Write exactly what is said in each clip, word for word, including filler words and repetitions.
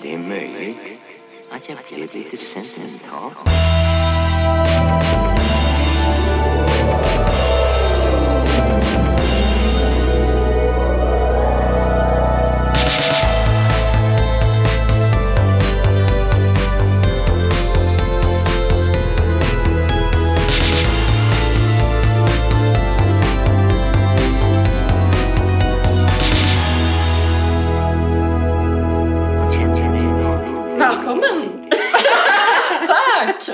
Det är möjligt att jag blev lite sentimental. Välkommen! Tack!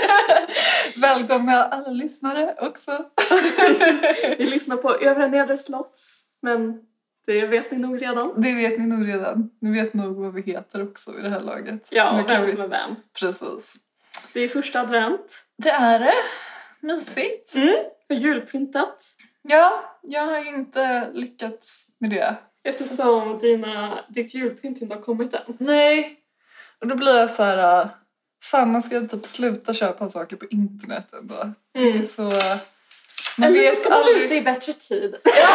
Välkomna alla lyssnare också. Vi lyssnar på Övre Nedre Slotts, men det vet ni nog redan. Det vet ni nog redan. Ni vet nog vad vi heter också i det här laget. Ja, och vem vi... som är vem. Precis. Det är första advent. Det är det. Mysigt. Mm, och julpyntat. Ja, jag har ju inte lyckats med det. Eftersom dina, ditt julpynt inte har kommit än. Nej. Och då blir jag så här... Fan, man ska typ sluta köpa saker på internet ändå. Mm. Det är så... Man Eller vet så ska man aldrig... ute i bättre tid.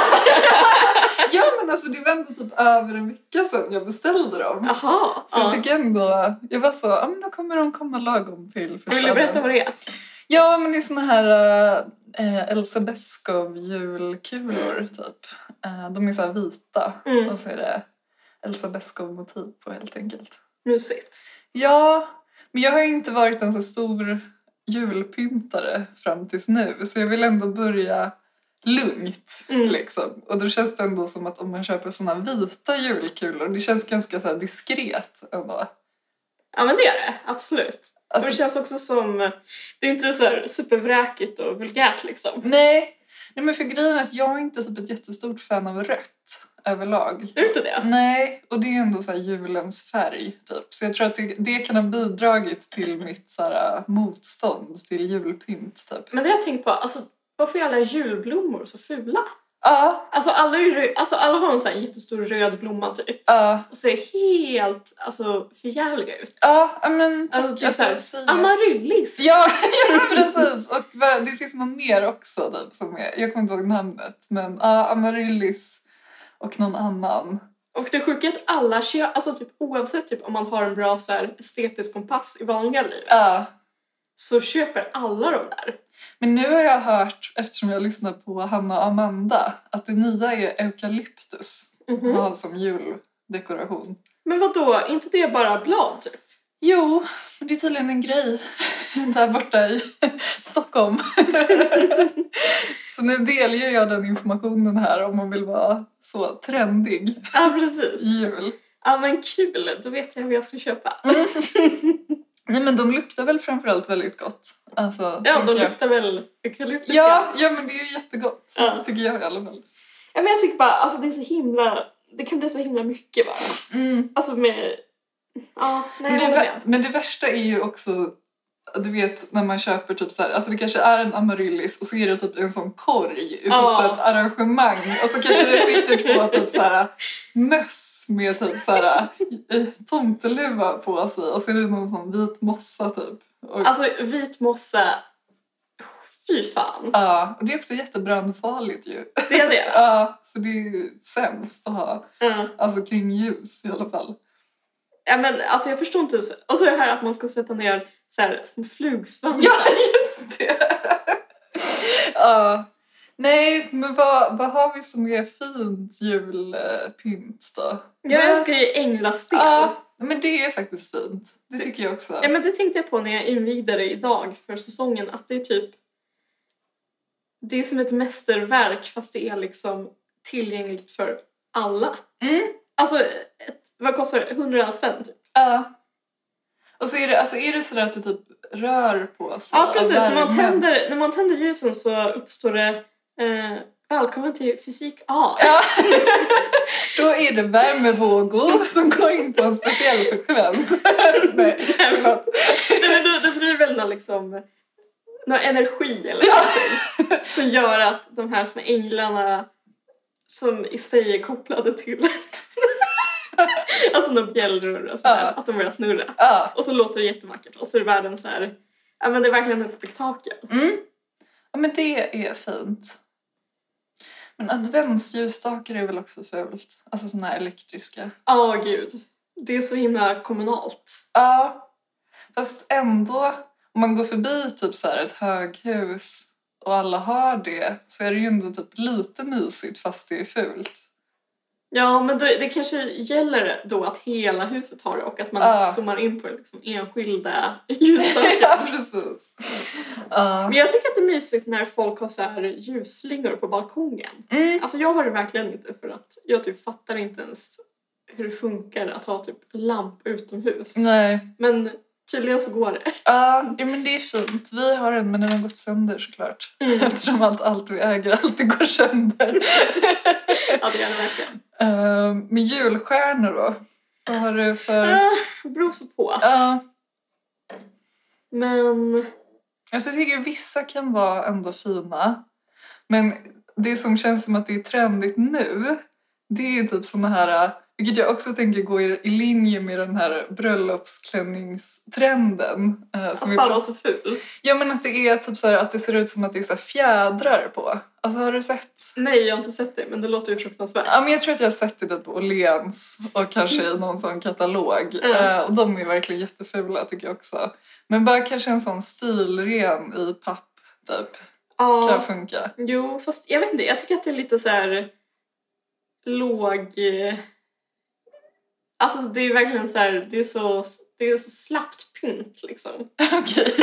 Ja, men alltså det var ändå typ över en vecka sedan jag beställde dem. Jaha. Så ja. jag tycker ändå... Jag var så, ja men då kommer de komma lagom till första Vill du berätta advent. vad det är? Ja, men det är såna här äh, Elsa Beskow julkulor typ. Äh, de är så här vita. Mm. Och så är det Elsa Beskow motiv på helt enkelt. Mysigt. Ja, men jag har ju inte varit en så stor julpyntare fram tills nu. Så jag vill ändå börja lugnt Mm. liksom. Och då känns det ändå som att om man köper såna vita julkulor, det känns ganska så här diskret ändå. Ja, men det är det. Absolut. Alltså, och det känns också som... Det är inte så här supervräkigt och vulgärt liksom. nej. nej, men för grejen är att jag är inte typ ett jättestort fan av rött överlag. Är du inte det? Nej, och det är ändå så här julens färg typ. Så jag tror att det, det kan ha bidragit till mitt så här, motstånd till julpynt typ. Men det har jag tänkt på, alltså varför är alla julblommor så fula? Ja, Alltså alla, är ju, alltså alla har en sån här jättestor röd blomma typ. ja, Och ser helt alltså, förjävliga ut. ja, men tack Alltså typ att såhär, du säger. amaryllis. Ja, ja, precis. Och vad- det finns någon mer också typ som är, jag kommer inte ihåg namnet, men ja, amaryllis och någon annan. Och det sjuka är att alla köper, alltså typ oavsett typ om man har en bra så här, estetisk kompass i vanliga livet. Ja. Så köper alla de där. Men nu har jag hört, eftersom jag lyssnar på Hanna och Amanda, att det nya är eukalyptus. Mhm. Ja, som juldekoration. Men vad då? Inte det bara blad typ? Jo, men det är tydligen en grej där borta i Stockholm. Så nu delger jag den informationen här om man vill vara så trendig Ja, precis. i jul. Ja, men kul. Då vet jag vad jag ska köpa. Nej, men de luktar väl framförallt väldigt gott. Alltså, Ja, tänker de jag. luktar väl eukalyptiska. Ja, ja, men det är ju jättegott. Ja. Tycker jag i alla fall. Ja, men jag tycker bara, alltså det är så himla, det kan bli så himla mycket bara. Mm. Alltså med, ja, nej Men, jag det, håller vä- med. men det värsta är ju också, du vet när man köper typ så här, alltså det kanske är en amaryllis och så är det typ en sån korg i typ Ja. så här ett arrangemang och så kanske det sitter två typ så här möss med typ så här eh, tomteluva på sig och så är det någon sån vit mossa typ. Och, Alltså vit mossa, fy fan. ja, och det är också jättebrandfarligt ju. Det är det. Ja, så det är ju sämst att ha, Ja. alltså kring ljus i alla fall. Ja, men alltså jag förstår inte. Och så är det här att man ska sätta ner så här små flugsvampar. Ja, just det! Ja. Nej, men vad, vad har vi som är fint julpynt då? Jag Det- älskar ju änglaspel. Ja, men det är faktiskt fint. Det tycker jag också. Ja, men det tänkte jag på när jag invigde det idag för säsongen. Att det är typ, det är som ett mästerverk fast det är liksom tillgängligt för alla. Mm. Alltså, ett, vad kostar det? hundra spänn typ. Ja. Och så är det, alltså är det sådär att det typ rör på sig. Ja, precis. av När man, värmen. tänder, när man tänder ljusen så uppstår det eh, välkommen till fysik A. Ja. Då är det värmevågor som går in på en speciell frekvens. Nej, förlåt. Nej, men då, då blir det väl någon, liksom, någon energi eller någonting som gör att de här små änglarna som i sig är kopplade till alltså någon bjällror och sådär, Ja. att de börjar snurra. Ja. Och så låter det jättevackert och så är det världen så här, ja men det är verkligen ett spektakel. Mm. Ja, men det är fint. Men adventsljusstakar är väl också fult. Alltså såna här elektriska. Ja, gud. det är så himla kommunalt. Ja, fast ändå om man går förbi typ så här ett höghus och alla har det så är det ju ändå typ lite mysigt fast det är fult. Ja, men då, det kanske gäller då att hela huset har det och att man Ja. zoomar in på liksom enskilda ljusstankar. Ja, precis. Ja. Men jag tycker att det är mysigt när folk har så här ljusslingor på balkongen. Mm. Alltså jag har det verkligen inte för att jag typ fattar inte ens hur det funkar att ha typ lamp utomhus. Nej. Men tydligen så går det. Ja, ja, men det är fint. Vi har en men den har gått sönder såklart. Mm. Eftersom allt, allt vi äger alltid går sönder. Ja, det gör det verkligen. uh, med julstjärnor då? Vad har du för... Uh, det beror så på. Ja. Men... Alltså jag tycker vissa kan vara ändå fina. Men det som känns som att det är trendigt nu, det är typ såna här, vilket jag också tänker gå i, i linje med den här bröllopsklänningstrenden. Eh, som Att vi bara pr- vara så ful. Ja, men att det är typ så här, att det ser ut som att det är så här fjädrar på. Alltså har du sett? Nej, jag har inte sett det, men det låter ju fruktansvärt. Ja, men jag tror att jag har sett det typ på Åhléns och kanske i någon sån katalog. Mm. Eh, och de är verkligen jättefula tycker jag också. Men bara kanske en sån stilren i papp typ Ja, kan funka. jo, fast jag vet inte. Jag tycker att det är lite så här låg... eh, Alltså det är verkligen så här, det är så, det är så slappt pynt liksom. Okej.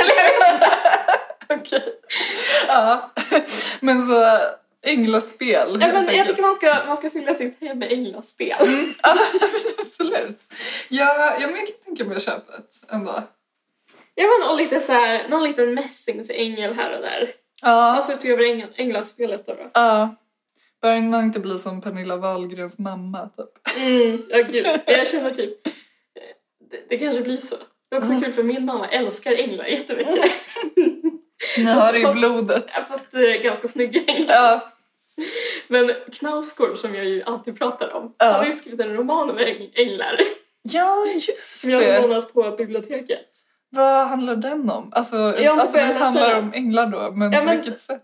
Okej. Ja. Men så änglaspel. Ja, helt men jag enkelt. tycker man ska, man ska fylla sitt hem med änglaspel. Mm. Ja, men absolut. Ja, ja, men jag kan tänka mig köpet ändå. Ja, men och lite så här, någon liten mässingsängel här och där. Ja. Alltså utöver ängel, änglaspelet då. då. Ja. Bara man inte blir som Pernilla Wahlgrens mamma typ. Mm, ja gud. Jag känner typ, det, det kanske blir så. Det är också Mm. kul för min mamma älskar änglar jättemycket. Ni har det i Fast- blodet. Ja, fast det är ganska snygga änglar. Ja. Men Knausgård som jag ju alltid pratar om, Ja. han har ju skrivit en roman om äng- änglar. Ja, just Som jag har det. lånat på biblioteket. Vad handlar den om? Alltså, har inte alltså den börjat handlar läsa om änglar då, men Ja, på men- vilket sätt?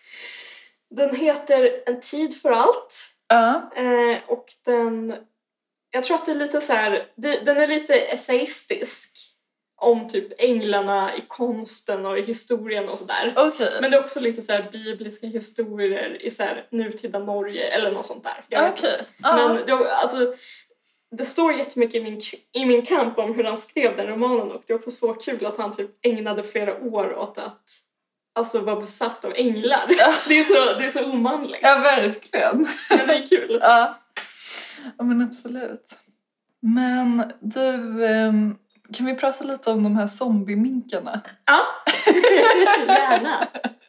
Den heter En tid för allt. Ja. Eh, och den... Jag tror att det är lite så här... Det, den är lite essayistisk. Om typ änglarna i konsten och i historien och sådär. Okej. Men det är också lite så här bibliska historier i så här nutida Norge eller något sånt där. Jag vet Okej. inte. Ja. Men det, alltså, det står jättemycket i min, i min kamp om hur han skrev den romanen. Och det är också så kul att han typ ägnade flera år åt att alltså, vara besatt av änglar. Ja. Det, är så, det är så omanligt. Ja, verkligen. Men det är kul. Ja. Ja, men absolut. Men du, ehm, kan vi prata lite om de här zombieminkarna? Ja, gärna.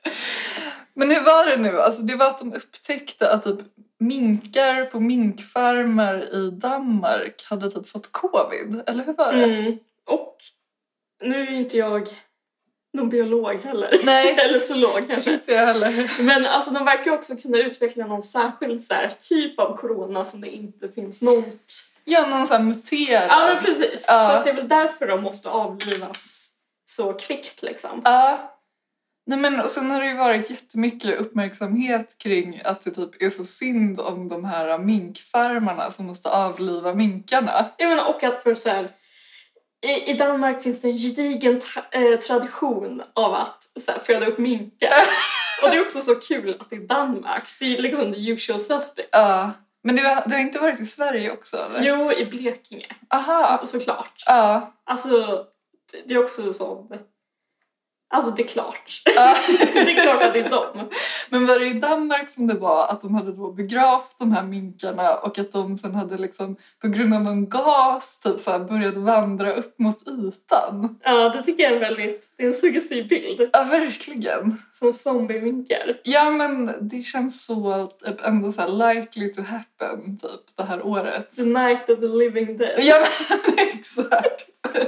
Men hur var det nu? Alltså det var att de upptäckte att typ minkar på minkfarmar i Danmark hade typ fått covid. Eller hur var det? Mm. Och nu är ju inte jag någon biolog heller. Nej. Eller zoolog kanske. Inte jag heller. Men alltså de verkar också kunna utveckla någon särskild så här, typ av corona som det inte finns något. Ja, någon sån här muterad. Ja, men precis. Ja. Så att det är väl därför de måste avlivas så kvickt liksom. Ja. Nej, men och sen har det ju varit jättemycket uppmärksamhet kring att det typ är så synd om de här minkfarmarna som måste avliva minkarna. Jag menar, och att för så här, i, i Danmark finns det en gedigen tra- eh, tradition av att så här, föda upp minkar. Och det är också så kul att det är Danmark. Det är liksom the usual suspects. Ja. Men det har, det har inte varit i Sverige också, eller? Jo, i Blekinge. Aha. Så, såklart. Ja. Alltså, det- det är också så... Alltså, det är klart. Ja. Det är klart att det är dem. Men var det i Danmark som det var att de hade då begravt de här minkarna och att de sen hade liksom på grund av någon gas typ så här börjat vandra upp mot ytan? Ja, det tycker jag är en väldigt... Det är en suggestiv bild. Ja, verkligen. Som zombieminkar. Ja, men det känns så typ ändå så här likely to happen typ det här året. The night of the living dead. Ja, men exakt.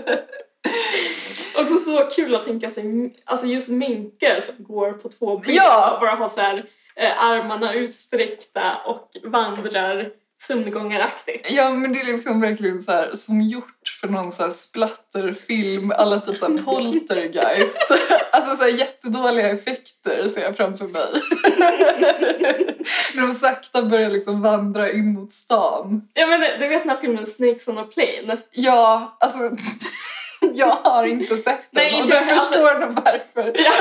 Också så kul att tänka sig alltså just minkar som går på två ben Ja. och bara har så här, eh, armarna utsträckta och vandrar sömngångaraktigt. Ja, men det är liksom verkligen så här som gjort för någon så här splatterfilm, alla typ så här poltergeist. Alltså så här jättedåliga effekter ser jag framför mig. När de sakta börjar liksom vandra in mot stan. Ja, men du vet den här filmen Snakes on a Plane? Ja, alltså jag har inte sett den. Nej, och inte jag jag, förstår alltså... varför. Ja.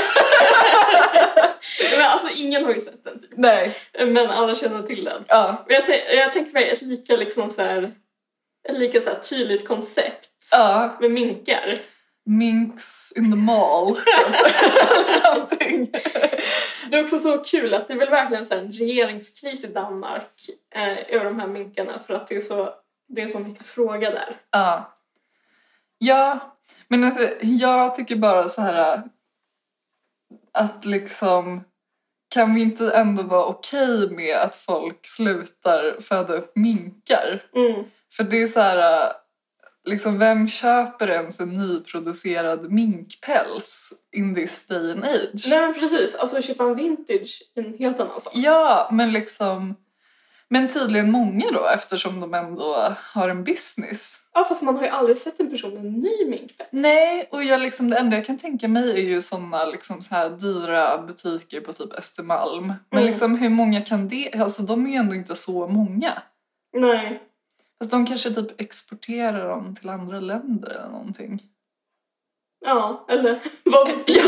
Men alltså ingen har ju sett den typ. Nej. Men alla känner till den. Ja. Jag, t- jag tänkte mig ett lika liksom så här, ett lika så här tydligt koncept Ja. med minkar. Minks in the mall. Någonting. Det är också så kul att det är väl verkligen så här en regeringskris i Danmark eh, över de här minkarna för att det är så det är en sån viktig fråga där. Ja. Ja, men alltså jag tycker bara så här att liksom kan vi inte ändå vara okej med att folk slutar föda upp minkar? Mm. För det är så här liksom vem köper ens en nyproducerad minkpäls in this day and age? Nej men precis, alltså köpa en vintage är en helt annan sak. Ja, men liksom men tydligen många då eftersom de ändå har en business. Ja, fast man har ju aldrig sett en person med en ny minkpäls. Nej, och jag liksom, det enda jag kan tänka mig är ju såna liksom så här dyra butiker på typ Östermalm. Men Mm. liksom hur många kan det, alltså de är ju ändå inte så många. Nej. Fast de kanske typ exporterar dem till andra länder eller någonting. Ja, eller vad vet jag?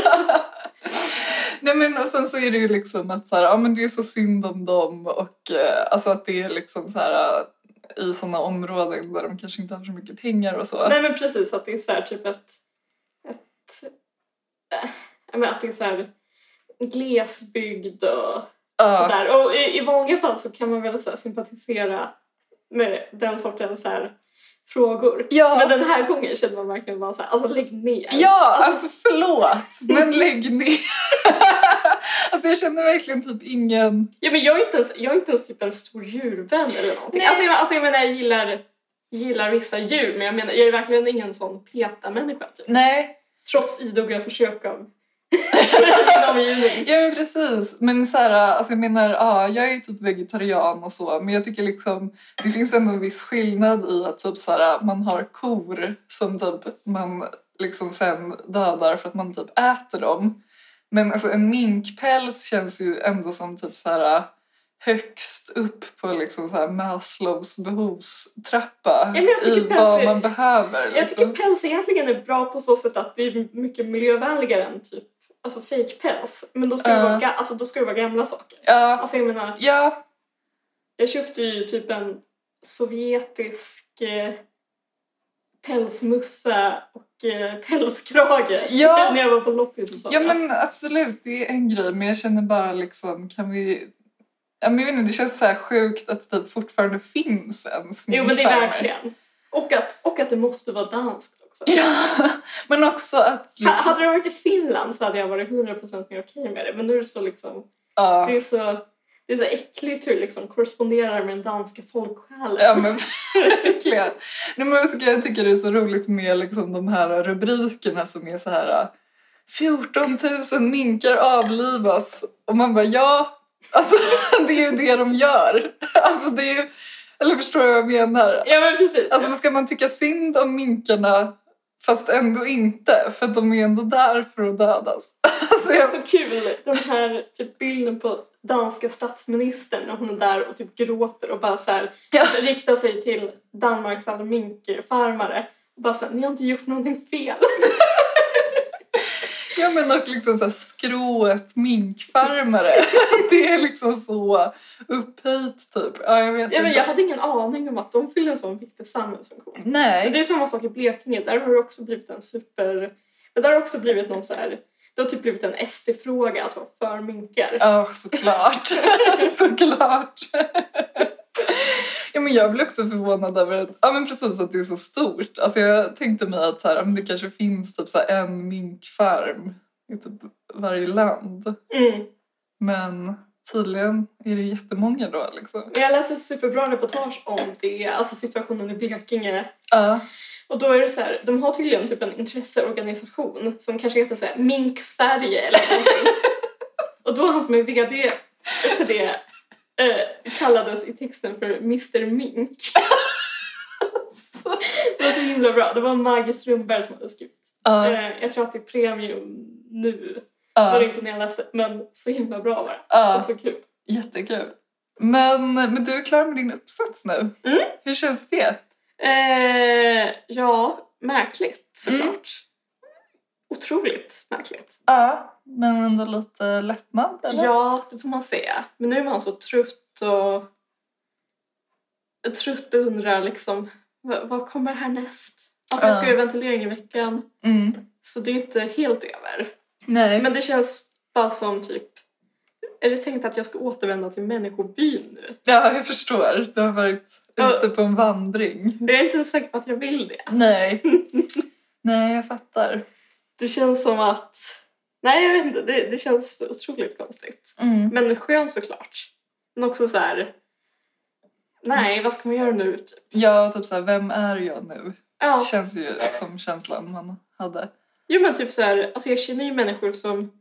Nej men och sen så är det ju liksom att så här, ja men det är så synd om dem och eh, alltså att det är liksom så här i såna områden där de kanske inte har så mycket pengar och så. Nej men precis, att det är så här typ ett, ett äh, jag menar, att det är så här glesbygd och Ja. sådär. Och i, i vanliga fall så kan man väl så här sympatisera med den sortens så här frågor. Ja. Men den här gången känner man verkligen bara så här, alltså lägg ner. Ja, alltså förlåt, men lägg ner. Alltså jag känner verkligen typ ingen... Ja, men jag är inte ens, jag är inte ens typ en stor djurvän eller någonting. Nej. Alltså jag, alltså jag menar, jag gillar, gillar vissa djur, men jag menar, jag är verkligen ingen sån peta-människa typ. Nej. Trots idoga försök av min omgivning. Ja men precis, men så här, alltså jag menar, ja, jag är typ vegetarian och så, men jag tycker liksom, det finns ändå en viss skillnad i att typ så här, man har kor som typ man liksom sen dödar för att man typ äter dem. Men alltså en minkpäls känns ju ändå som typ så här högst upp på liksom så här Maslows behovstrappa men jag tycker i päls vad är- man behöver. Jag Liksom. tycker päls egentligen är bra på så sätt att det är mycket miljövänligare än typ alltså fake päls. Men då ska, det Ja. vara, ga- alltså, då ska det vara gamla saker. Ja, Alltså jag menar, ja, jag köpte ju typ en sovjetisk eh, pälsmussa och eh, pälskrage Ja. när jag var på loppis och så. ja men absolut, det är en grej, men jag känner bara liksom, kan vi... Ja, men jag vet inte, det känns så här sjukt att det typ fortfarande finns en Jo men det är sminkfarmer. verkligen. Och att, och att det måste vara danskt också. Ja, men också att... Ha- Liksom, Hade det varit i Finland så hade jag varit hundra procent mer okej med det. Men nu är det så liksom, ja, det är så, det är så äckligt hur det liksom korresponderar med den danska folksjälen. ja, men verkligen. Nej, men så kan jag tycka det är så roligt med liksom de här rubrikerna som är så här fjorton tusen minkar avlivas. Och man bara, ja, alltså det är ju det de gör. Alltså det är ju, eller förstår du vad jag menar? Ja men precis. Alltså ska man tycka synd om minkarna fast ändå inte, för att de är ändå där för att dödas. Alltså Det är jag, så kul, den här typ bilden på danska statsministern när hon är där och typ gråter och bara så här Ja. riktar sig till Danmarks alla minkfarmare och bara så här, ni har inte gjort någonting fel. ja men och liksom så här skrået minkfarmare. Det är liksom så upphöjt typ. Ja, jag vet Ja, inte. men jag hade ingen aning om att de fyller en sån viktig samhällsfunktion. Nej. Det är samma sak i Blekinge, där har det också blivit en super... Men där har också blivit någon så här... Det har typ blivit en S D-fråga att vara för minkar. Ja, såklart. såklart. Ja, men jag blir också förvånad över att, ja, men precis att det är så stort. Alltså jag tänkte mig att så här, ja, men det kanske finns typ så här en minkfarm i typ varje land. Mm. Men tydligen är det jättemånga då liksom. Men jag läste superbra reportage om det, alltså situationen i Blekinge. Ja. Och då är det så här, de har tydligen typ en intresseorganisation som kanske heter så här Mink Sverige eller någonting. Och då han som är vd för det eh, kallades i texten för mister Mink. Det var så himla bra. Det var Maggie Strömberg som hade skrivit. Ja. Eh, jag tror att det är premium nu. Ja. Det var inte när jag läste, men så himla bra var det. Ja. Och så kul. Jättekul. Men, men du är klar med din uppsats nu. Mm. Hur känns det? Eh, ja, märkligt såklart. Mm. Otroligt märkligt. Ja, men ändå lite lättnad, eller? Ja, det får man säga. Men nu är man så trött och trött och undrar liksom, vad, vad kommer härnäst? Alltså jag ska ju ventilering i veckan, Mm. så det är inte helt över. Nej. Men det känns bara som typ, är det tänkt att jag ska återvända till människobyn nu? Ja, jag förstår. Du har varit Ja. ute på en vandring. Jag är inte ens säker på att jag vill det. Nej. Nej, jag fattar. Det känns som att, nej jag vet inte, det, det känns otroligt konstigt. Mm. Men skön såklart. Men också så här, nej vad ska man göra nu? Typ. Ja, typ såhär, vem är jag nu? Ja, Känns ju som känslan man hade. jo men typ så här, alltså jag känner ju människor som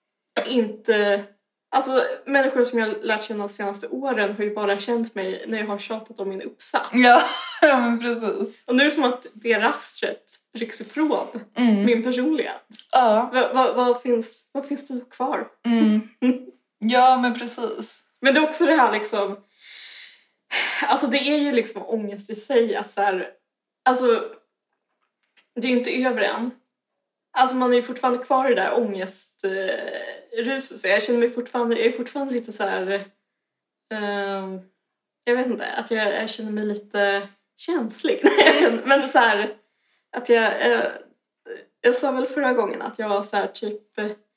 inte, alltså människor som jag lärt känna de senaste åren har ju bara känt mig när jag har tjatat om min uppsats. Ja, ja men precis. Och nu är det som att det rastret rycks ifrån Mm. min personlighet. Ja. Vad va, vad finns, vad finns det kvar? Mm. Ja, men precis. Men det är också det här liksom, alltså det är ju liksom ångest i sig att så här, alltså det är ju inte över än. Alltså man är ju fortfarande kvar i det där ångestruset, så jag känner mig fortfarande, jag är fortfarande lite så här, eh, jag vet inte, att jag, jag känner mig lite känslig. men, men så här, att jag, eh, jag sa väl förra gången att jag var så här typ,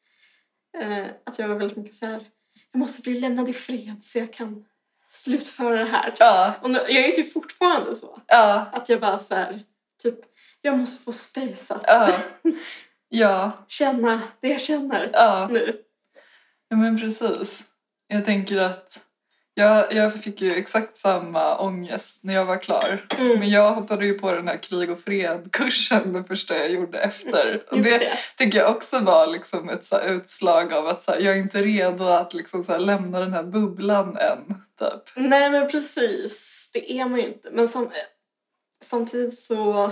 eh, att jag var väldigt mycket så här, jag måste bli lämnad i fred så jag kan slutföra det här. Ja. Och nu, jag är ju typ fortfarande så. Ja. Att jag bara så här, typ, jag måste få space att Ja. Ja. känna det jag känner Ja. nu. Ja, men precis. Jag tänker att jag, jag fick ju exakt samma ångest när jag var klar. Mm. Men jag hoppade ju på den här krig och fred-kursen det första jag gjorde efter. Och Just det, det. tycker jag också var liksom ett så här utslag av att så här, jag är inte redo att liksom så här lämna den här bubblan än. Typ. Nej men precis, det är man ju inte. Men sam- samtidigt så,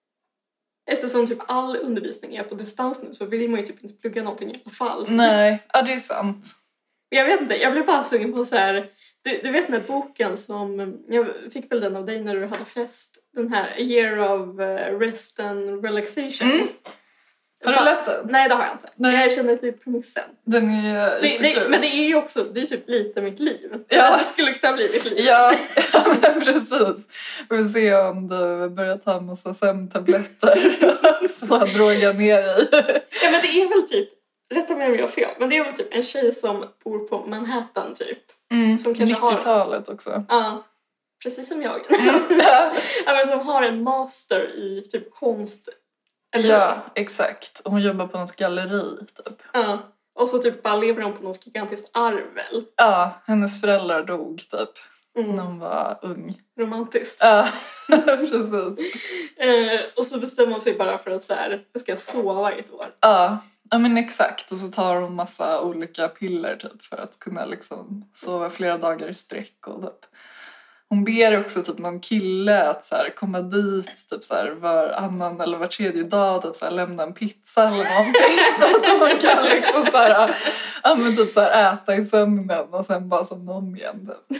eftersom typ all undervisning är på distans nu så vill man ju typ inte plugga någonting i alla fall. Nej, ja det är sant. Jag vet inte, jag blev bara sugen på så här. Du, du vet den här boken som, jag fick väl den av dig när du hade fest. Den här A Year of eh, Rest and Relaxation. Mm. Har du läst den? Nej det har jag inte. Nej. Jag känner till premissen. Den är Det, jättekul. det, men det är ju också, det är typ lite mitt liv. Ja. Det skulle kunna bli mitt liv. Ja, ja men precis. Vi får se om du börjar ta en massa sömntabletter så drogar ner dig. Ja men det är väl typ, rätta mig om jag har fel, men det är väl typ en tjej som bor på Manhattan typ. Mm, Som kanske har- nittiotalet också. Ja, precis som jag. Mm, ja. Ja, men som har en master i typ konst. Eller Ja, exakt. Hon jobbar på något galleri typ. Ja. Och så typ bara lever hon på något gigantiskt arv väl. Ja, hennes föräldrar dog typ Mm. när hon var ung. Romantiskt. Ja, precis. Eh, och så bestämmer hon sig bara för att så här, jag ska sova i ett år. Ja, ja men exakt. Och så tar hon massa olika piller typ för att kunna liksom sova flera dagar i sträck och typ. Hon ber också typ någon kille att så här, komma dit typ så här, varannan eller var tredje dag typ så här, lämna en pizza eller någonting så att hon kan liksom så här, ja, men typ så här, äta i sömnen och sen bara somna om igen typ.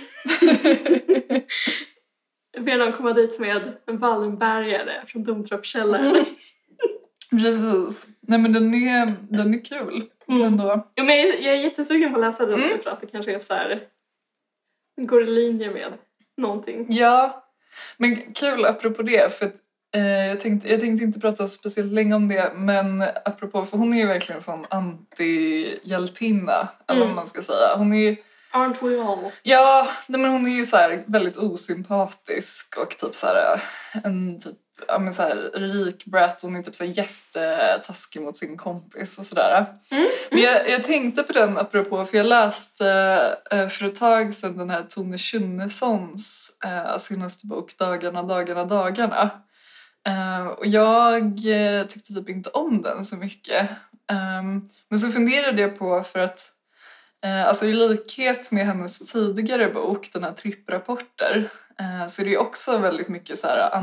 Jag ber dem komma dit med en Wallenbergare från Domtorpskällaren. Precis. Nej men den är, den är kul Mm. ändå. Jo, men jag, jag är jättesugen på att läsa den Mm. för att det kanske är så här, går i linje med någonting. Ja, men kul apropå det för att eh, jag, tänkte, jag tänkte inte prata speciellt länge om det men apropå, för hon är ju verkligen en sån anti-hjältinna eller Mm. vad man ska säga. Hon är ju, Aren't we all? ja, nej, men hon är ju så här väldigt osympatisk och typ så här en typ, ja men så här rik brat, hon är typ så här jättetaskig mot sin kompis och sådär. Mm. Men jag, jag tänkte på den apropå, för jag läste eh, för ett tag sedan den här Tone Schunnesons eh, senaste bok Dagarna, dagarna, dagarna. Eh, och jag eh, tyckte typ inte om den så mycket. Um, men så funderade jag på för att Eh, alltså i likhet med hennes tidigare bok, den här Tripprapporter, eh, så är det ju också väldigt mycket så här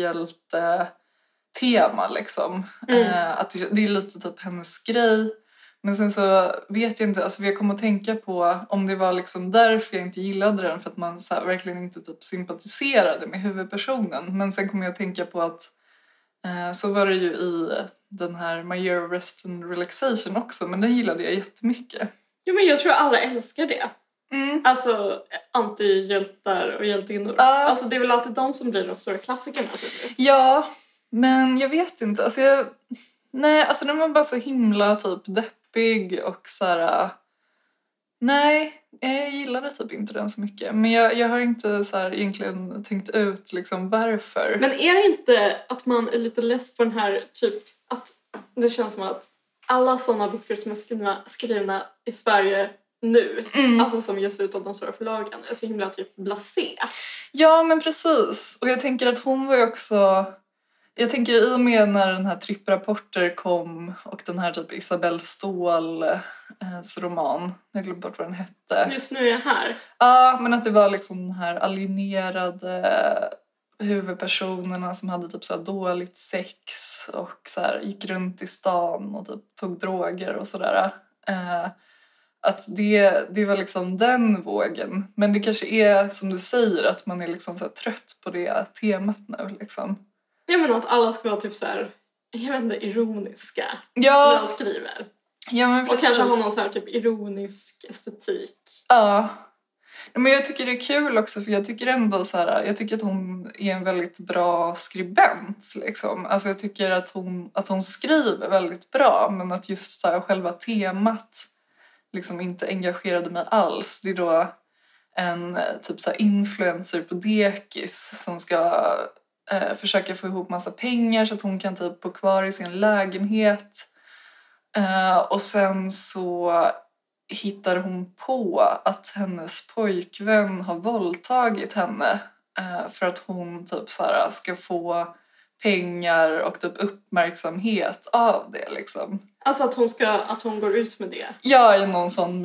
antihjälte-tema liksom. Mm. Eh, att det, det är lite typ hennes grej. Men sen så vet jag inte, alltså jag kommer att tänka på om det var liksom därför jag inte gillade den, för att man så här verkligen inte typ sympatiserade med huvudpersonen. Men sen kommer jag att tänka på att eh, så var det ju i den här My Year of Rest and Relaxation också, men den gillade jag jättemycket. Jo, men jag tror alla älskar det. Mm. Alltså antihjältar och hjältinnor. Uh. Alltså det är väl alltid de som blir de stora klassikerna till slut. Ja, men jag vet inte. Alltså jag, nej, alltså den var bara så himla typ deppig och så här. Nej, jag gillade typ inte den så mycket. Men jag, jag har inte så här egentligen tänkt ut liksom varför. Men är det inte att man är lite less på den här typ att det känns som att alla sådana böcker som är skrivna, skrivna i Sverige nu, Mm. alltså som ges ut av de stora förlagen, är så himla typ blasé. Ja, men precis. Och jag tänker att hon var ju också... Jag tänker i och med när den här Tripprapporter kom och den här typ Isabelle Ståhls roman, jag glömde bort vad den hette. Just nu är jag här. Ja, men att det var liksom den här alienerade huvudpersonerna som hade typ så här dåligt sex och så här gick runt i stan och typ tog droger och sådär. Eh, att det, det var liksom den vågen. Men det kanske är som du säger att man är liksom så här trött på det temat nu liksom. Jag menar att alla ska vara typ så här, jag vet inte, ironiska Ja. när de skriver. Ja, men Och precis. kanske ha någon så här typ ironisk estetik. Ja. Men jag tycker det är kul också, för jag tycker ändå så här, jag tycker att hon är en väldigt bra skribent liksom. Alltså jag tycker att hon, att hon skriver väldigt bra, men att just så här, själva temat liksom inte engagerade mig alls. Det är då en typ så här influencer på dekis som ska eh, försöka få ihop massa pengar så att hon kan typ bo kvar i sin lägenhet. Uh, och sen så hittar hon på att hennes pojkvän har våldtagit henne uh, för att hon typ så här ska få pengar och typ uppmärksamhet av det liksom. Alltså att hon, ska, att hon går ut med det. Ja, i någon sån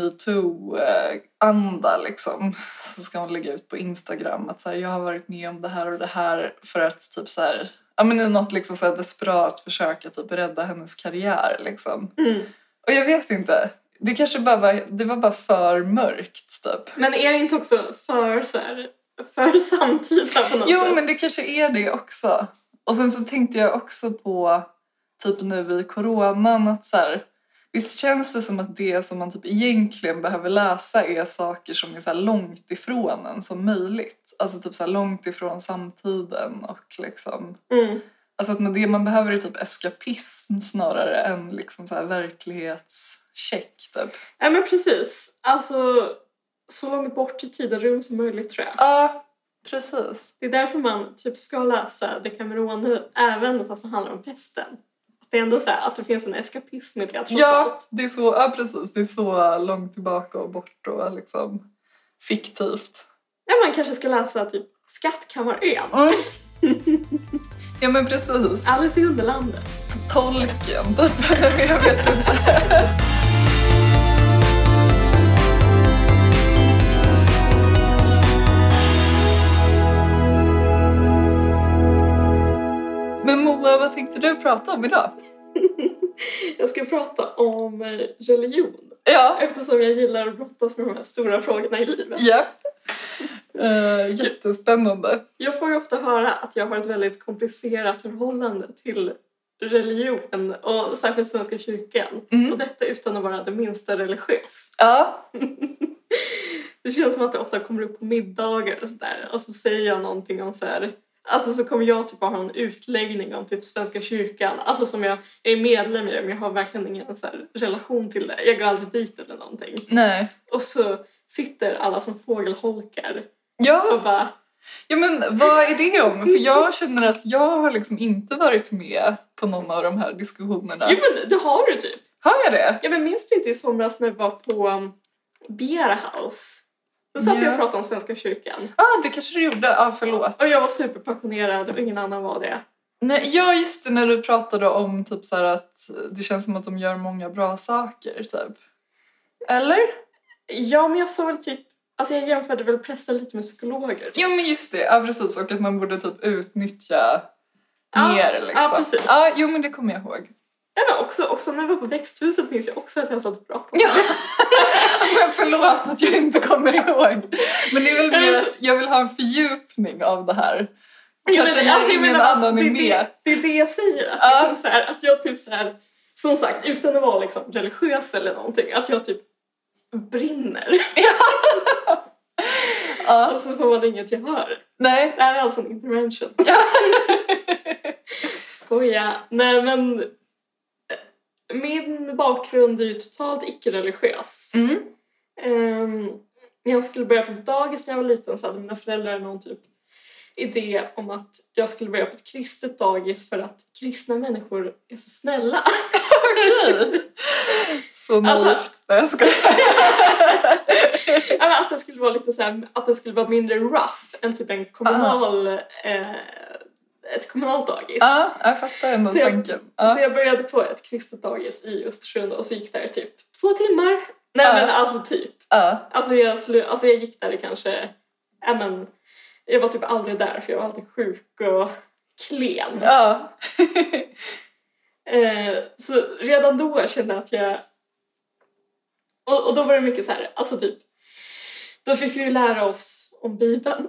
MeToo-anda liksom. Så ska hon lägga ut på Instagram att så här, jag har varit med om det här och det här för att typ så här, ja men i något liksom så här desperat försöka typ rädda hennes karriär liksom. Mm. Och jag vet inte, det kanske bara var, det var bara för mörkt typ. Men är det inte också för så här, för samtida på något Jo, sätt? men det kanske är det också. Och sen så tänkte jag också på typ nu i coronan att så här, visst känns det som att det som man typ egentligen behöver läsa är saker som är så här långt ifrån en som möjligt. Alltså typ så här långt ifrån samtiden och liksom... Mm. Alltså att det man behöver är typ eskapism snarare än liksom så här verklighetscheck typ. Ja men precis. Alltså så långt bort i tid och rum som möjligt tror jag. Ja, precis. Det är därför man typ ska läsa Decameron även fast det handlar om pesten. Det är ändå så här att det finns en eskapism i det trots Ja, allt. det är så, ja precis. Det är så långt tillbaka och bort och liksom fiktivt. Ja, man kanske ska läsa typ Skattkammarön. Mm. Ja men precis. Alice i Underlandet. Tolken, jag vet inte. Men Moa, vad tänkte du prata om idag? Jag ska prata om religion. Ja. Eftersom jag gillar att brottas med de här stora frågorna i livet. Ja. Uh, jättespännande. Jag får ju ofta höra att jag har ett väldigt komplicerat förhållande till religion och särskilt Svenska kyrkan. Mm. Och detta utan att vara det minsta religiös. Ja. Det känns som att det ofta kommer upp på middagar och sådär. Och så säger jag någonting om så här. Alltså så kommer jag typ ha en utläggning om typ Svenska kyrkan. Alltså som jag, jag är medlem i det men jag har verkligen ingen så här relation till det. Jag går aldrig dit eller någonting. Nej. Och så sitter alla som fågelholkar Ja. och bara... Ja men vad är det om? För jag känner att jag har liksom inte varit med på någon av de här diskussionerna. Jo men det har du typ. Har jag det? Ja men minns du inte i somras när vi var på um, Beer House? Då satt vi Ja. och pratade om Svenska kyrkan. Ja, ah, det kanske du gjorde. Ja, ah, förlåt. Och jag var superpassionerad och ingen annan var det. Nej, ja, just det, när du pratade om typ så här att det känns som att de gör många bra saker, typ. Eller? Ja, men jag sa väl typ... Alltså jag jämförde väl präster lite med psykologer. Jo, men just det. Ja, precis. Och att man borde typ utnyttja Ja, mer liksom. ja, precis. Ja, jo, men det kommer jag ihåg. Ja, men också, också när jag var på växthuset minns jag också att jag satt och pratade. Ja, men förlåt att jag inte kommer ihåg. Men det är väl mer att jag vill ha en fördjupning av det här. Kanske men, när alltså, ingen menar, annan är det, med. Det, det är det jag säger. Att, Ja. jag, så här, att jag typ så här, som sagt, utan att vara liksom religiös eller någonting, att jag typ brinner. Ja. Och så får man inget gehör. Nej. Det här är alltså en intervention. Ja. Skoja. Nej, men min bakgrund är ju totalt icke-religiös. Mm. Um, när jag skulle börja på dagis när jag var liten så hade mina föräldrar någon typ idé om att jag skulle börja på ett kristet dagis för att kristna människor är så snälla. Okej. Så naivt. Alltså- Nej, jag skojar. Ja, men att det skulle vara lite så här, att det skulle vara mindre rough än typ en kommunal eh, ett kommunalt dagis. Ja, jag fattar ändå Så jag- tanken. Så Ja. jag började på ett kristet dagis i Östersund och så gick där typ två timmar. Nej Ja. men alltså typ. Ja. Alltså jag, slu- alltså jag gick där i kanske, ja men, jag var typ aldrig där för jag var alltid sjuk och klen. Ja. Eh, så redan då kände jag att jag, och, och då var det mycket så här, alltså typ, då fick vi ju lära oss om Bibeln.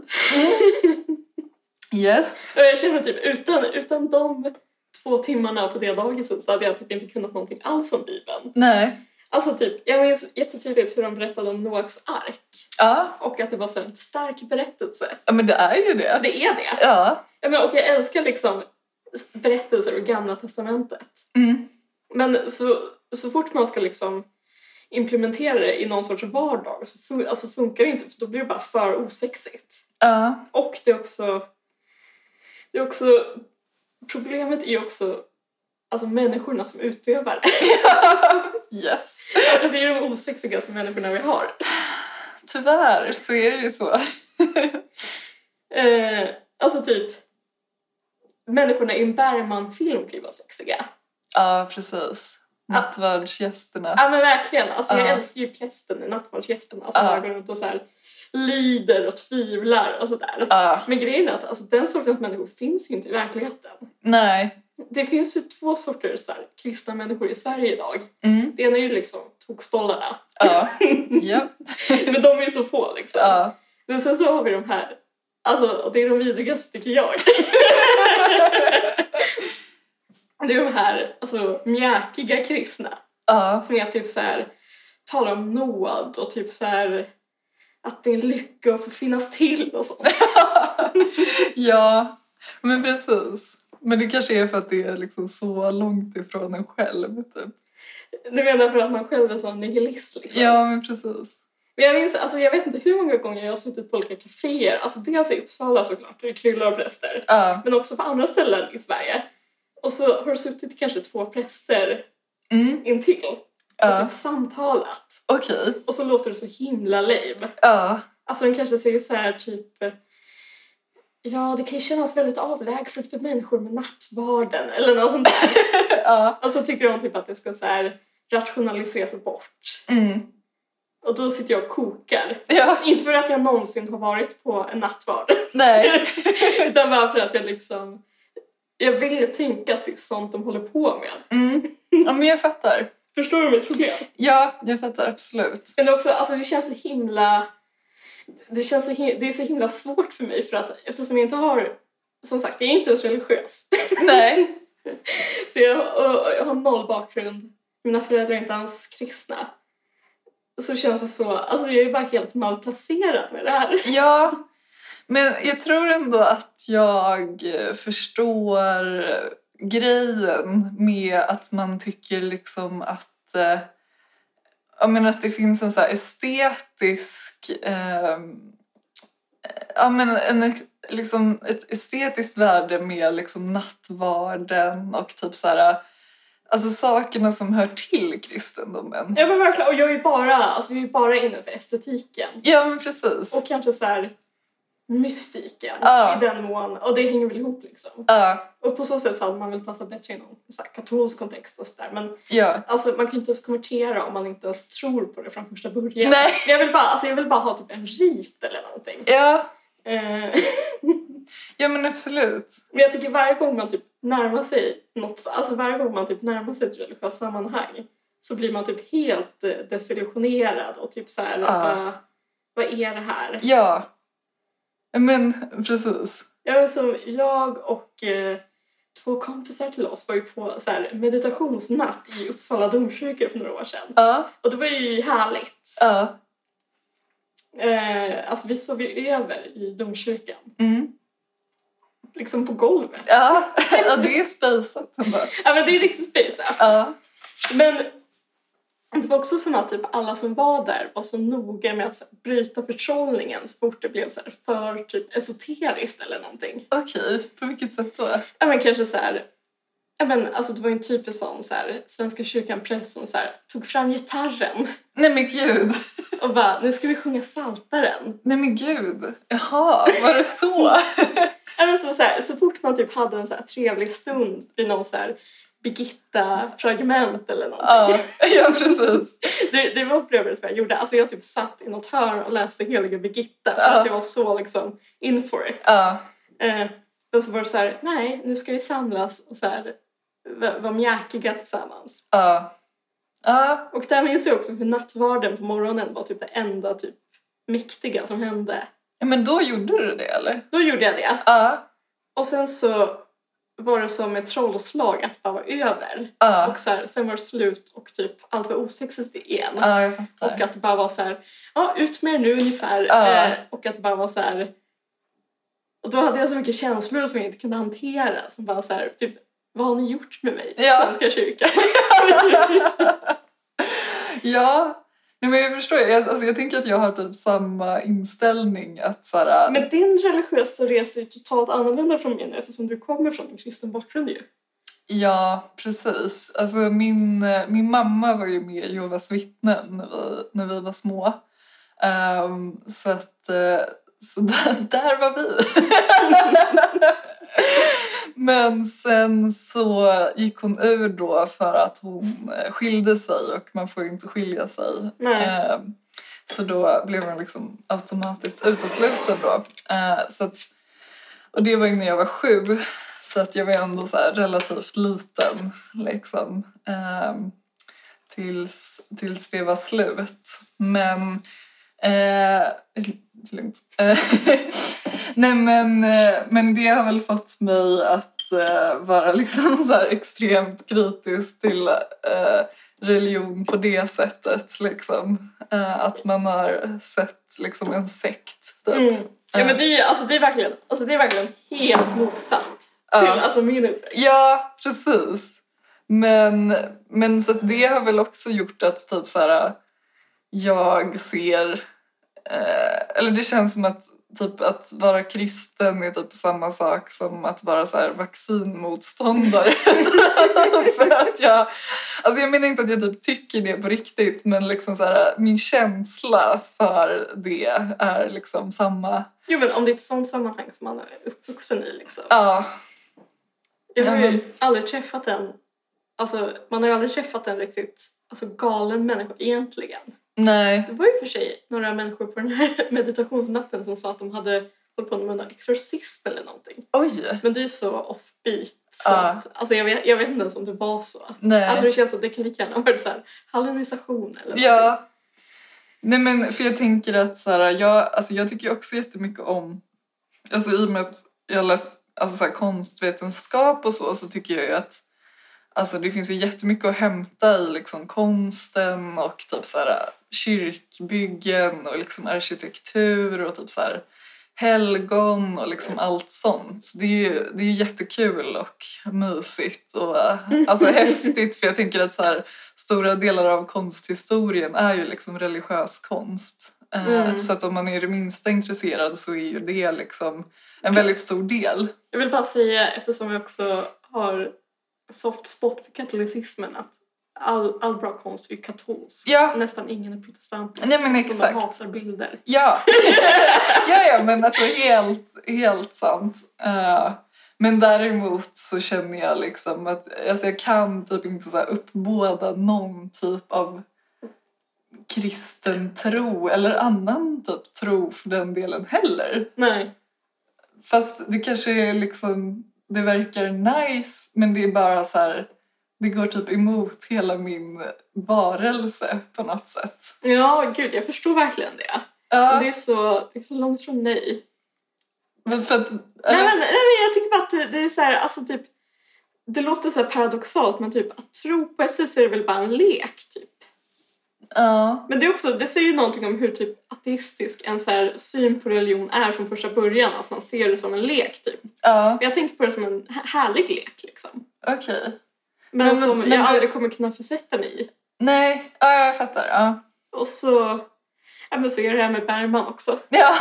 Yes. Och jag kände typ, utan, utan de två timmarna på det dagiset så hade jag typ inte kunnat någonting alls om Bibeln. Nej. Alltså typ, jag minns jättetydligt hur de berättade om Noaks ark. Ja. Och att det var så en stark berättelse. Ja, men det är ju det. Det är det. Ja. Ja, men, och jag älskar liksom berättelser ur Gamla testamentet. Mm. Men så, så fort man ska liksom implementera det i någon sorts vardag så fun- alltså funkar det inte, för då blir det bara för osexigt. Ja. Och det är också, det är också problemet är ju också alltså människorna som utövar det. Yes. Alltså det är de osexigaste människorna vi har. Tyvärr så är det ju så. Eh, alltså typ människorna i en Bergman-film kan ju vara sexiga. Ja, precis. Nattvardsgästerna. Ja men verkligen, alltså jag Ja. älskar ju prästen i Nattvardsgästen. Alltså Ja. bara går runt och så här lider och tvivlar och sådär. Ja. Men grejen är att alltså, den sortens människor finns ju inte i verkligheten. Nej. Det finns ju två sorters så här, kristna människor i Sverige idag. Mm. Det ena är ju liksom tokstollarna. Ja. Ja. Men de är ju så få liksom. Ja. Men sen så har vi de här, alltså det är de vidrigaste tycker jag. Det är de här alltså, mjäkiga kristna. Ja. Som är typ så här, talar om nåd och typ så här att det är en lycka att få finnas till och sånt. Ja. Men precis. Men det kanske är för att det är liksom så långt ifrån en själv, typ. Du menar för att man själv är sån nihilist liksom? Ja, men precis. Men jag minns, alltså jag vet inte hur många gånger jag har suttit på olika kaféer. Alltså dels i Uppsala såklart, där det kryllar av präster. Ja. Men också på andra ställen i Sverige. Och så har det suttit kanske två präster Mm. intill. Och Ja. typ samtalat. Okej. Och så låter det så himla lame. Ja. Alltså den kanske säger så här typ... Ja, det kan ju kännas väldigt avlägset för människor med nattvarden. Eller något sånt där. Ja. Och så tycker de typ att det ska så här rationaliseras bort. Mm. Och då sitter jag och kokar. Ja. Inte för att jag någonsin har varit på en nattvard. Nej. Utan bara för att jag liksom... Jag vill tänka att det är sånt de håller på med. Mm. Ja, men jag fattar. Förstår du mitt problem? Ja, jag fattar absolut. Men också, alltså det känns så himla... Det, känns så him- det är så himla svårt för mig för att eftersom jag inte har... Som sagt, jag är inte ens religiös. Nej. Så jag, och, jag har noll bakgrund. Mina föräldrar är inte ens kristna. Så känns det så... Alltså jag är bara helt malplacerad med det här. Ja, men jag tror ändå att jag förstår grejen med att man tycker liksom att, eh, jag menar att det finns en så här estetisk, eh, ja men en, liksom ett estetiskt värde med liksom nattvarden och typ så här, alltså sakerna som hör till kristendomen. Ja men verkligen, och jag är bara, alltså vi är bara inne för estetiken. Ja, men precis. Och kanske så här mystiken Ja. i den mån. Och det hänger väl ihop liksom. Ja, Och på så sätt så hade man väl passat bättre i någon så här katolsk kontext och sådär. Men ja. alltså, man kan ju inte ens konvertera om man inte ens tror på det från första början. Nej. Jag vill bara, alltså, jag vill bara ha typ en rit eller någonting. Ja, Eh, ja men absolut. men jag tycker varje gång man typ närmar sig något, så- alltså varje gång man typ närmar sig ett religiöst sammanhang så blir man typ helt eh, desillusionerad och typ så här, Ja. bara, vad är det här? Ja, men precis. Jag var som jag och eh, två kompisar till oss var ju på så här, meditationsnatt i Uppsala domkyrka för några år sedan. Ja, Och det var ju härligt. ja. Eh, alltså vi sov ju över i domkyrkan. Mm. Liksom på golvet. Ja, ja det är spejsat ändå. Ja men det är riktigt spejsat. Ja, Men det var också som att typ alla som var där var så noga med att så här, bryta förtrollningen så fort det blev så här, för typ esoteriskt eller någonting. okej. På vilket sätt då? Ja men kanske så här. Ja men alltså det var en typisk sån så här, Svenska kyrkan press som så här, tog fram gitarren Nej men gud. och bara nu ska vi sjunga Psaltaren. Nej men gud. Jaha, var det så? Ja men så, så, här, så fort man typ hade en så här trevlig stund vid någon så här Birgitta-fragment eller någonting. Ja, ja precis. Det, det var för övrigt vad jag gjorde. Alltså jag typ satt i något hörn och läste heliga Birgitta för Ja. att jag var så liksom in for it. Ja, Eh, och så var det så här, nej nu ska vi samlas och så här vara va mjäkiga tillsammans. ja. Ja, Och där minns jag också hur nattvarden på morgonen var typ det enda typ mäktiga som hände. ja men då gjorde du det eller? Då gjorde jag det. Ja, Och sen så var det som ett trollslag att bara vara över. ja. Och så här, sen var det slut och typ allt var osexigt igen. Ja, jag Och fattar. att det bara var så här, ja ut med er nu ungefär. Ja. Eh, och att det bara var så här. Och då hade jag så mycket känslor som jag inte kunde hantera. Som bara så här, typ, vad har ni gjort med mig? Ja. Svenska kyrkan. Ja, nej men jag förstår. Jag, alltså jag tänker att jag har typ samma inställning att så här, Men din religiösa resa är ju totalt annorlunda från min eftersom du kommer från en kristen bakgrund ju. ja, precis. Alltså min, eh, min mamma var ju med i Jehovas vittnen när vi, när vi var små. Ehm, så att eh, så där, där var vi. Men sen så gick hon ur då för att hon eh, skilde sig och man får ju inte skilja sig. Nej. Ehm, så då blev hon liksom automatiskt utesluten då. Ehm, så att, och det var ju när jag var sju. Så att jag var ändå så här relativt liten liksom. Ehm, tills, tills det var slut. Men... Eh, lugnt. Eh, Nej men, eh, men det har väl fått mig att eh, vara liksom så här extremt kritisk till eh, religion på det sättet. Liksom. Eh, att man har sett liksom en sekt. Typ. Mm. Ja men det är ju alltså, det är verkligen, alltså, det är verkligen helt motsatt Ja. till alltså, min uppväxt. Ja, precis. Men, men så att det har väl också gjort att typ så här, jag ser... Eh, eller det känns som att typ att vara kristen är typ samma sak som att vara så här vaccinmotståndare. För att jag... Alltså jag menar inte att jag typ tycker det på riktigt, men liksom så här, min känsla för det är liksom samma. Jo men om det är ett sånt sammanhang som man är uppvuxen i liksom. Ja. Jag har Ja, ju men- aldrig träffat en, alltså man har ju aldrig träffat en riktigt alltså, galen människa egentligen. Nej. Det var ju för sig några människor på den här meditationsnatten som sa att de hade hållit på med någon exorcism eller någonting. Oj. Men det är ju så offbeat. Så Ja. att, alltså jag vet, jag vet inte ens om det var så. Nej. Alltså det känns som att det kan lika gärna ha varit så här hallucination eller någonting. Ja. Nej men för jag tänker att så här, jag, alltså jag tycker också jättemycket om, alltså i och med att jag har läst alltså så här, konstvetenskap och så, så tycker jag ju att alltså det finns ju jättemycket att hämta i liksom konsten och typ så här kyrkbyggen och liksom arkitektur och typ så här helgon och liksom allt sånt. Det är ju, det är ju jättekul och mysigt och alltså häftigt, för jag tänker att så här, stora delar av konsthistorien är ju liksom religiös konst. Eh, Mm. Så att om man är det minsta intresserad så är ju det liksom en väldigt stor del. Jag vill bara säga, eftersom jag också har soft spot för katolicismen, att all, all bra konst är ju katolsk. Ja. Nästan ingen är protestant. Nej, men Som exakt. hatar bilder. Ja. ja, ja, men alltså helt, helt sant. Uh, men däremot så känner jag liksom att alltså jag kan typ inte så här uppbåda någon typ av kristen tro eller annan typ tro för den delen heller. Nej. Fast det kanske är liksom, det verkar nice, men det är bara så här, det går typ emot hela min varelse på något sätt. Ja, gud, jag förstår verkligen det. Ja. Det är så, det är så långt från nej. Men för att... Nej, men, nej, men jag tycker bara att det, det är så här, alltså typ, det låter så här paradoxalt, men typ att tro på S S är väl bara en lek, typ. Ja. Men det är också, det säger ju någonting om hur typ ateistisk en så här syn på religion är från första början, att man ser det som en lek, typ. Ja. Jag tänker på det som en härlig lek, liksom. Okej. Okay. Men, Men- som men- jag men- aldrig kommer kunna försätta mig i. Nej, ja, jag fattar. Ja. Och så, ja, men så är det här med Bergman också. Ja.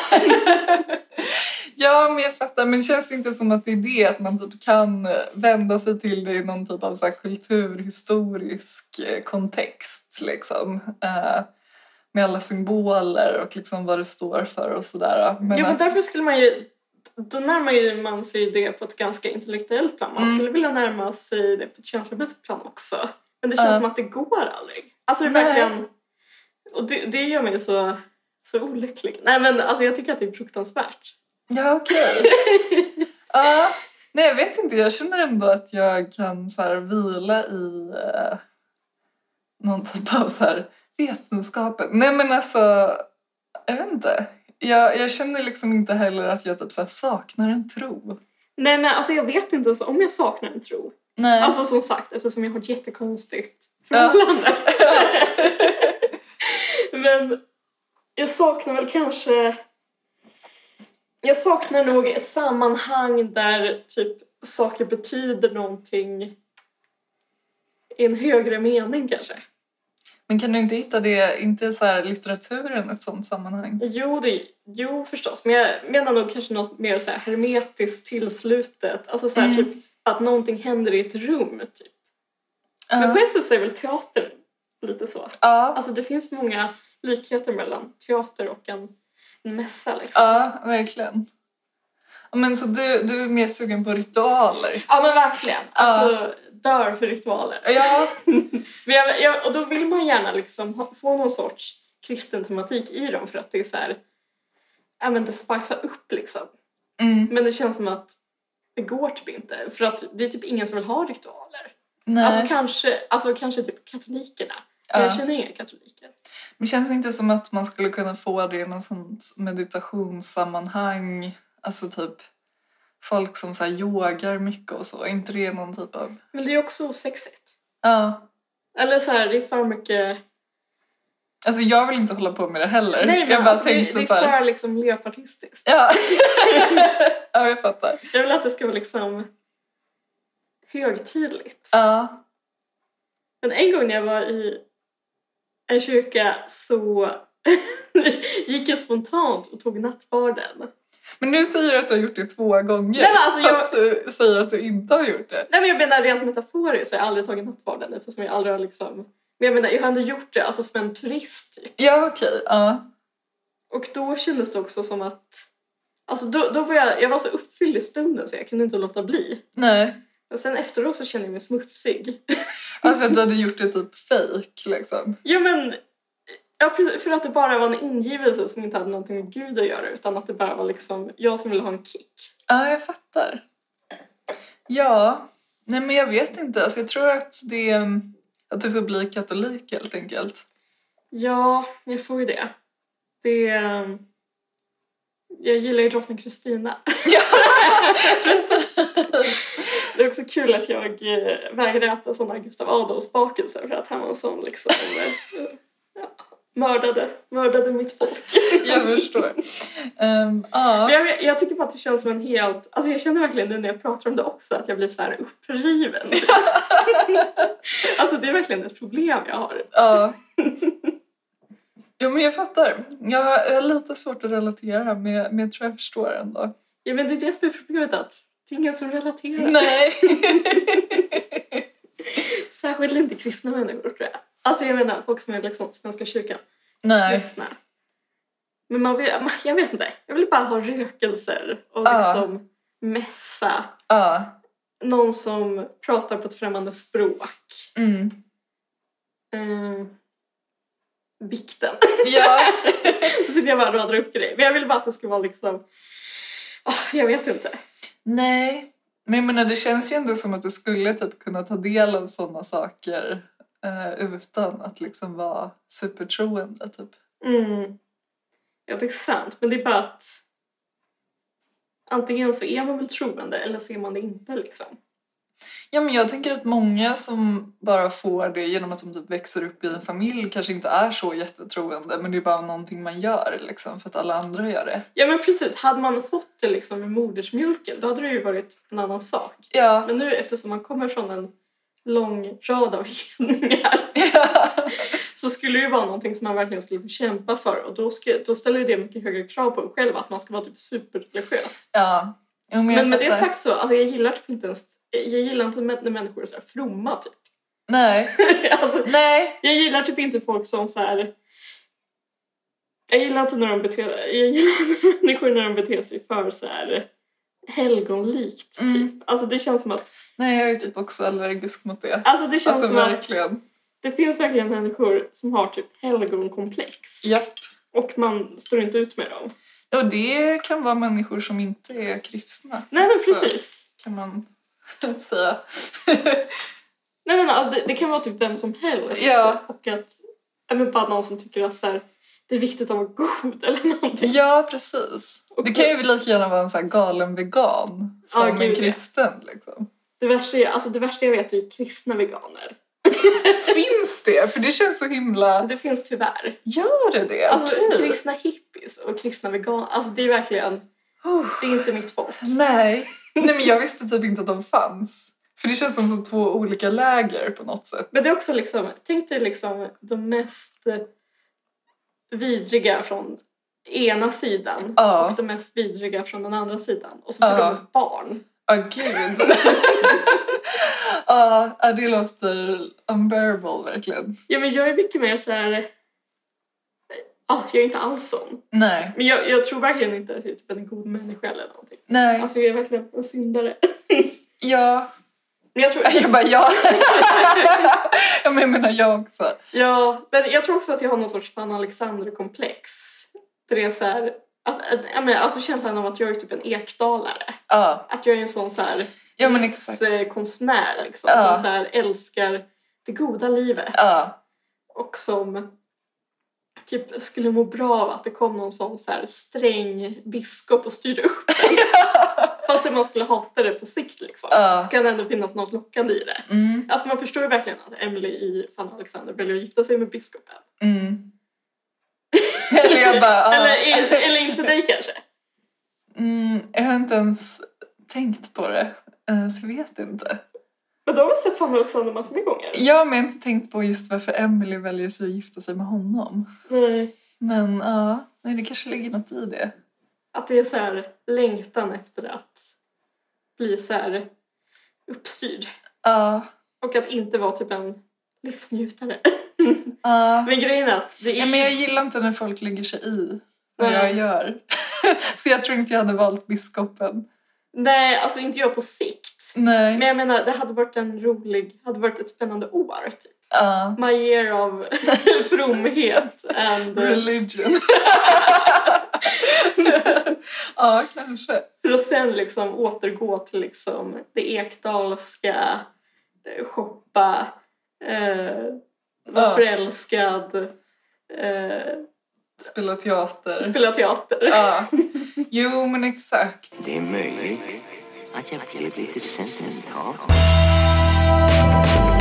ja, men jag fattar. Men det känns inte som att det är det, att man typ kan vända sig till det i någon typ av så här kulturhistorisk eh, kontext, liksom. Eh, med alla symboler och liksom vad det står för och sådär. Men, Ja, men att, därför skulle man ju, då närmar ju man sig det på ett ganska intellektuellt plan. Man Mm. skulle vilja närma sig det på ett känslomässigt plan också. Men det känns Ja. som att det går aldrig. Alltså det är Nej. verkligen, och det, det gör mig så, så olycklig. Nej, men alltså jag tycker att det är fruktansvärt. Ja, okej. Ja, nej, jag vet inte. Jag känner ändå att jag kan så här vila i eh, någon typ av så här vetenskapen. Nej, men alltså, jag vet inte. Jag, jag känner liksom inte heller att jag typ så här saknar en tro. Nej, men alltså jag vet inte alltså, om jag saknar en tro. Nej. Alltså som sagt, eftersom jag har ett jättekonstigt Ja. förhållande. Men jag saknar väl kanske... Jag saknar nog ett sammanhang där typ saker betyder någonting i en högre mening kanske. Men kan du inte hitta det, inte så här litteraturen, ett sånt sammanhang? Jo, det, jo förstås. Men jag menar nog kanske något mer så här hermetiskt tillslutet. Alltså så här, Mm. typ att någonting händer i ett rum typ. Ja. Men på S S är väl teater lite så. Ja, Alltså det finns många likheter mellan teater och en, en mässa liksom. ja, verkligen. Ja, men så du, du är mer sugen på ritualer? Ja men verkligen. Alltså dör för ritualer. Ja. Men jag, jag, och då vill man gärna liksom ha, få någon sorts kristen tematik i dem för att det är så här, ja men det spicar upp liksom. Mm. Men det känns som att det går typ inte. För att det är typ ingen som vill ha ritualer. Nej. Alltså kanske, alltså kanske typ katolikerna. Ja. Jag känner inga katoliker. Men känns det inte som att man skulle kunna få det i någon sånt meditationssammanhang? Alltså typ folk som så här yogar mycket och så. Är inte det någon typ av... Men det är också osexigt. Ja. Eller så här, det är för mycket... Alltså jag vill inte hålla på med det heller. Nej men jag bara alltså, det, tänkte det är så här... för liksom miljöpartistiskt. Ja. ja, jag fattar. Jag vill att det ska vara liksom högtidligt. Ja. Men en gång när jag var i en kyrka så gick jag spontant och tog nattvarden. Men nu säger du att du har gjort det två gånger. Nej, men alltså, fast du säger att du inte har gjort det. Nej men jag menar rent metaforiskt så har jag aldrig tagit nattvarden eftersom jag aldrig har liksom... Men jag menar, jag har ändå gjort det alltså som en turist typ. Ja, okej. Ja. Och då kändes det också som att... Alltså då, då var jag, jag var så uppfylld i stunden så jag kunde inte låta bli. Nej. Och sen efteråt så kände jag mig smutsig. Ja, för att du hade gjort det typ fake liksom. Ja men... Ja, för att det bara var en ingivelse som inte hade någonting med Gud att göra utan att det bara var liksom jag som ville ha en kick. Ja, jag fattar. Ja, nej men jag vet inte. Alltså jag tror att det är att du får bli katolik helt enkelt. Ja, jag får ju det. Det jag gillar ju drottning Kristina. Ja, precis. Det är också kul att jag eh, vägrade äta sådana Gustav Adolfs-bakelser för att han var en sån liksom eh, ja, mördade, mördade mitt folk. Jag förstår. Um, ja. Men jag, jag tycker bara att det känns som en helt... Alltså jag känner verkligen nu när jag pratar om det också att jag blir så här uppriven. Alltså det är verkligen ett problem jag har. Ja. Jo, men jag fattar. Jag har, jag har lite svårt att relatera, men jag, men jag tror jag förstår ändå. Ja men det är det som är problemet att det är ingen som relaterar. Nej. Så särskilt inte kristna människor tror jag. Alltså jag menar folk som är liksom Svenska kyrkan. Nej. Kristna. Men man vill, jag vet inte. Jag vill bara ha rökelser och Ja. liksom mässa. Ja. Någon som pratar på ett främmande språk. Mm. Mm. Vikten. Ja. Så jag bara radar upp grejer. Men jag vill bara att det ska vara liksom... Oh, jag vet inte. Nej. Men jag menar, det känns ju ändå som att du skulle typ kunna ta del av sådana saker eh, utan att liksom vara supertroende typ. Mm. Ja, det är sant. Men det är bara att antingen så är man väl troende eller så är man det inte liksom. Ja, men jag tänker att många som bara får det genom att de typ växer upp i en familj kanske inte är så jättetroende, men det är bara någonting man gör liksom för att alla andra gör det. Ja, men precis. Hade man fått det liksom med modersmjölken, då hade det ju varit en annan sak. Ja. Men nu eftersom man kommer från en lång rad av hedningar Ja. så skulle det ju vara någonting som man verkligen skulle få kämpa för. Och då, ska, då ställer det mycket högre krav på en själv att man ska vara typ superreligiös. Ja. Jo, men Men med det fattar. sagt så, alltså jag gillar typ inte ens, jag gillar inte när människor är så här fromma typ. Nej. Alltså, Nej. jag gillar typ inte folk som så här. Jag gillar inte när de beter, jag gillar människor när de beter sig för så här helgonlikt typ. Mm. Alltså det känns som att Nej, jag är typ också allergisk mot det. alltså det känns Alltså som att verkligen. det finns verkligen människor som har typ helgonkomplex. Japp. Och man står inte ut med dem. Och det kan vara människor som inte är kristna. Nej men Så precis. kan man säga. Nej men alltså, det, det kan vara typ vem som helst. Ja. Och att, ja men bara någon som tycker att så här, det är viktigt att vara god eller någonting. Ja, precis. Och Det kan ju lika gärna vara en så här galen vegan som Ja, en gud, ja. kristen liksom. Det värsta, är, alltså det värsta jag vet är ju kristna veganer. Finns det? För det känns så himla... Det finns tyvärr. Gör det det? Alltså Okej. kristna hippies och kristna veganer, alltså det är verkligen, Oh, det är inte mitt folk. nej. Nej, men jag visste typ inte att de fanns. För det känns som så två olika läger på något sätt. Men det är också liksom, tänk dig liksom de mest eh, vidriga från ena sidan Ja. och de mest vidriga från den andra sidan. Och så får Ja. de ett barn. Ja, gud. Ja, det låter unbearable verkligen. Ja men jag är mycket mer så här. Ja, jag är inte alls sån. Nej. Men jag, jag tror verkligen inte att jag är typ en god människa eller någonting. Nej. Alltså jag är verkligen en syndare. Ja. Men jag tror, Jag bara, ja. Ja, men jag menar jag också. ja, men jag tror också att jag har någon sorts fan Alexander-komplex. För det är så här, att, att, ja, men, alltså känslan av att jag är typ en ekdalare. Ja. Att jag är en sån så här Ja, men exakt. konstnär liksom. Ja. Som så här älskar det goda livet. Ja. Och som typ skulle må bra av att det kom någon sån så här sträng biskop och styrde upp den. Fast att man skulle hata det på sikt liksom. Ja. Så kan det ändå finnas något lockande i det. Mm. Alltså man förstår ju verkligen att Emily i Fan Alexander väljer att gifta sig med biskopen. Mm. Eller jag bara, ja. Eller, eller inte för dig kanske. Mm, jag har inte ens tänkt på det. eh, Så jag vet inte. Men då har vi sett Fan Alexander massor med gånger. Jag har inte tänkt på just varför Emily väljer sig att gifta sig med honom. Nej. Men ja, nej, det kanske ligger något i det. Att det är så här längtan efter att bli så här uppstyrd. Ja. Och att inte vara typ en livsnjutare. Ja. Men grejen är att det är... Ja, men jag gillar inte när folk lägger sig i vad Nej. jag gör. Så jag tror inte jag hade valt biskopen. Nej, alltså inte jag på sikt. Nej. Men jag menar, det hade varit en rolig, hade varit ett spännande år. Typ. Ja. My year of fromhet and... Religion. Ja, kanske. För att sen liksom återgå till liksom det ekdalska, eh, shoppa, eh, vara Ja. förälskad, eh, Spela teater. spela teater. Ja. Jo, men exakt. Det är möjligt att jag blev lite sentimental.